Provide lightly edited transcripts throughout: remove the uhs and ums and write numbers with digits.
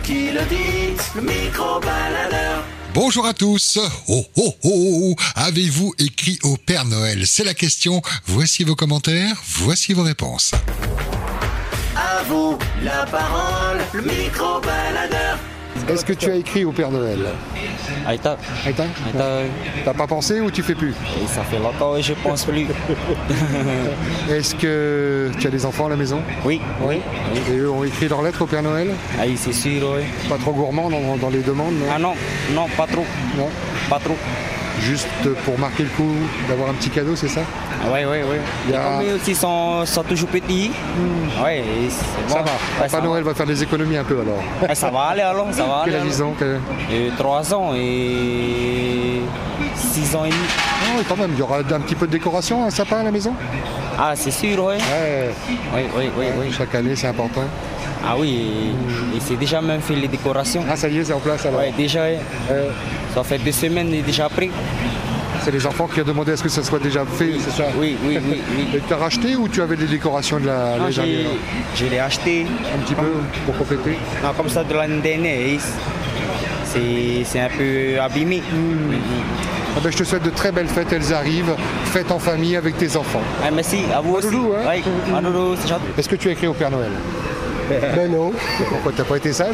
Qui le dit? Le micro-baladeur. Bonjour à tous. Oh oh oh, avez-vous écrit au Père Noël? C'est la question. Voici vos commentaires, voici vos réponses. À vous la parole, le micro-baladeur. Est-ce que tu as écrit au Père Noël? Aïta, Aïta T'as pas pensé ou tu fais plus? et ça fait longtemps et je pense plus. Est-ce que tu as des enfants à la maison? Oui, oui. Et eux ont écrit leur lettre au Père Noël? Ah oui, c'est sûr, oui. Pas trop gourmand dans les demandes, non? Ah non, non, pas trop. Non. Pas trop. Juste pour marquer le coup d'avoir un petit cadeau, c'est ça? Oui, oui, oui. Il y a- Les aussi sont toujours petits. Oui, et c'est bon. Ça va. Ouais, Papa ça Noël va faire des économies un peu alors. va. Ouais, ça va aller alors, ça va aller. Quel âge ils ont? Et 3 ans et 6 ans et demi. Ah oui, quand même, il y aura un petit peu de décoration, un sapin à la maison? Ah, c'est sûr, oui. Ouais, Oui, oui, oui, oui. chaque année c'est important. Ah oui, et c'est déjà même fait les décorations. Ah ça y est, c'est en place alors. Oui, déjà, ça fait 2 semaines et déjà pris. C'est les enfants qui ont demandé à ce que ça soit déjà fait, c'est ça? Oui, oui, oui, oui. Et tu as racheté ou tu avais des décorations de Non, l'année dernière? je l'ai acheté Un petit peu pour compléter? non, comme ça de l'année dernière. Et c'est un peu abîmé. Ah ben, je te souhaite de très belles fêtes, elles arrivent. Fêtes en famille avec tes enfants. Ah, merci, à vous aussi. Maloulou, hein? Oui, Maloulou, c'est gentil. Est-ce que tu as écrit au Père Noël? Ben non, Pourquoi t'as pas été sage?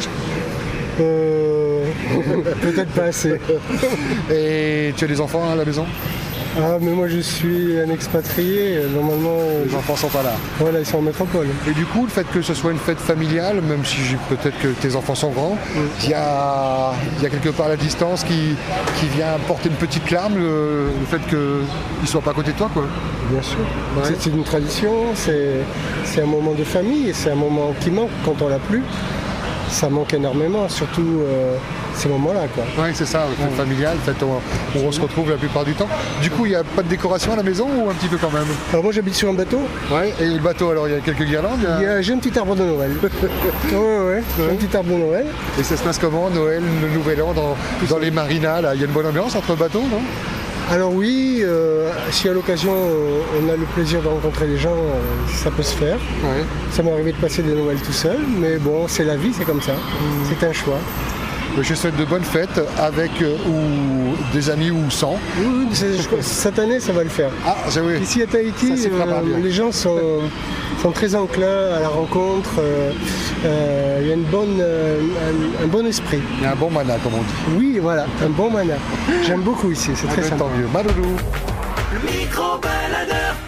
peut-être pas assez. Et tu as des enfants à la maison? Ah, mais moi je suis un expatrié, normalement, Les enfants sont pas là. voilà, ils sont en métropole. Et du coup, le fait que ce soit une fête familiale, même si peut-être que tes enfants sont grands, il y a quelque part la distance qui vient porter une petite larme, le fait qu'ils ne soient pas à côté de toi, quoi. Bien sûr. Ouais. C'est une tradition, c'est un moment de famille, et c'est un moment qui manque quand on l'a plus. Ça manque énormément, surtout ces moments-là, quoi. Oui, c'est ça, fête familiale, fête où on se retrouve la plupart du temps. Du coup, il n'y a pas de décoration à la maison ou un petit peu quand même? Alors moi j'habite sur un bateau, Ouais. Et le bateau, alors il y a quelques guirlandes j'ai un petit arbre de Noël. ouais, j'ai un petit arbre de Noël. Et ça se passe comment, Noël, le Nouvel An, dans les marinas, là? Il y a une bonne ambiance entre bateaux, non? Alors oui, si à l'occasion on a le plaisir de rencontrer les gens, ça peut se faire. Ouais. Ça m'est arrivé de passer des Noëls tout seul, mais bon, c'est la vie, c'est comme ça. C'est un choix. Je souhaite de bonnes fêtes avec ou des amis ou sans. Oui, cette année, ça va le faire. Ah, j'ai oui. Ici à Tahiti, Ça s'y prépare bien. les gens sont très enclins à la rencontre. Il y a un bon esprit. Il y a un bon mana, comme on dit. Oui, voilà, un bon mana. J'aime beaucoup ici, c'est très Eh ben, sympa. tant mieux. Maloulou. Le micro-baladeur.